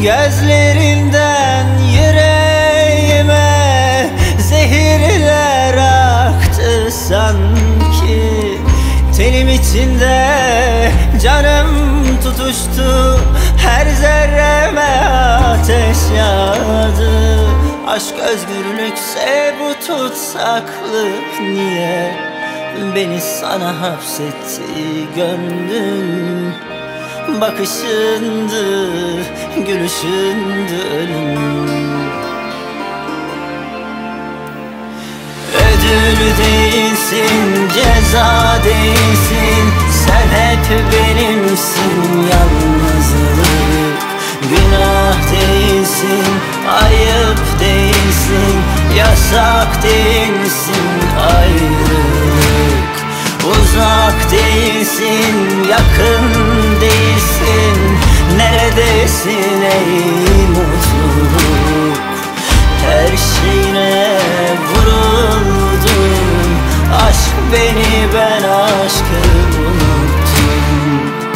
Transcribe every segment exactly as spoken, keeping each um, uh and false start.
Gözlerinden yüreğime zehirler aktı sanki. Tenim içinde canım tutuştu, her zerreme ateş yağdı. Aşk özgürlükse bu tutsaklık niye beni sana hapsetti gönlüm? Bakışındı, gülüşündü ölüm. Ödül değilsin, ceza değilsin, sen hep benimsin. Yalnızlık günah değilsin, ayıp değilsin, yasak değilsin. Ayrılık uzak değilsin, yakın değilsin. Neredesin ey mutluluk? Her şeyine vuruldum. Aşk beni, ben aşkı unuttum.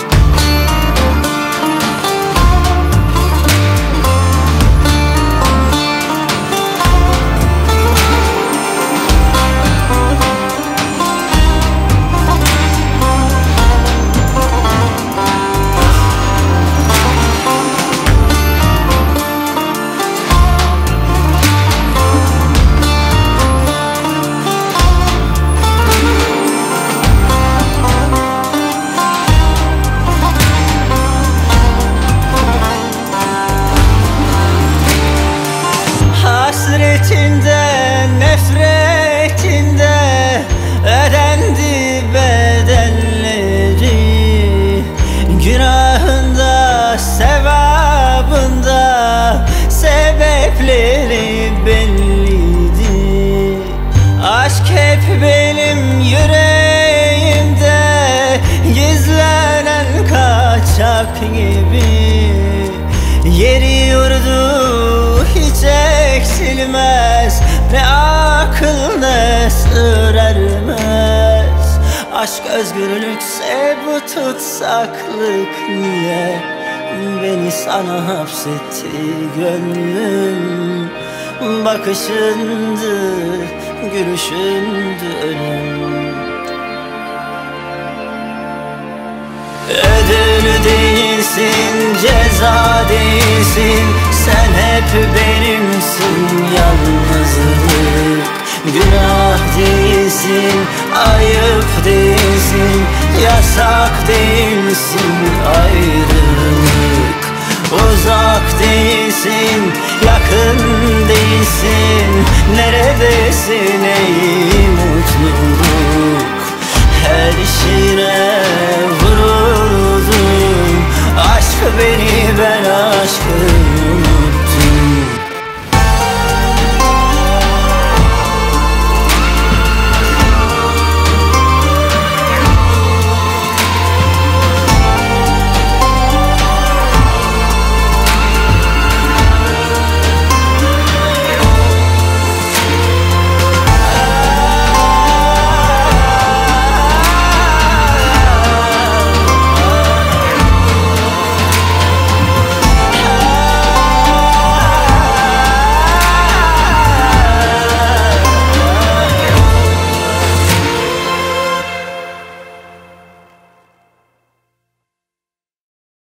Hasretinde, nefretinde ödendi bedelleri. Günahında, sevabında sebepleri belliydi. Aşk hep benim yüreğimde gizlenen kaçak gibi. Yeri yurdu hiç eksilmez, ne akıl ne sır ermez. Aşk özgürlükse bu tutsaklık niye beni sana hapsetti gönlüm? Bakışındı, gülüşündü ölüm. Ödül değilsin, ceza değilsin, sen hep benimsin. Yalnızlık günah değilsin, ayıp değilsin, yasak değilsin. Ayrılık uzak değilsin, yakın değilsin. Neredesin ey mutluluk? Her şeyine vuruldum. Aşk beni, ben aşkı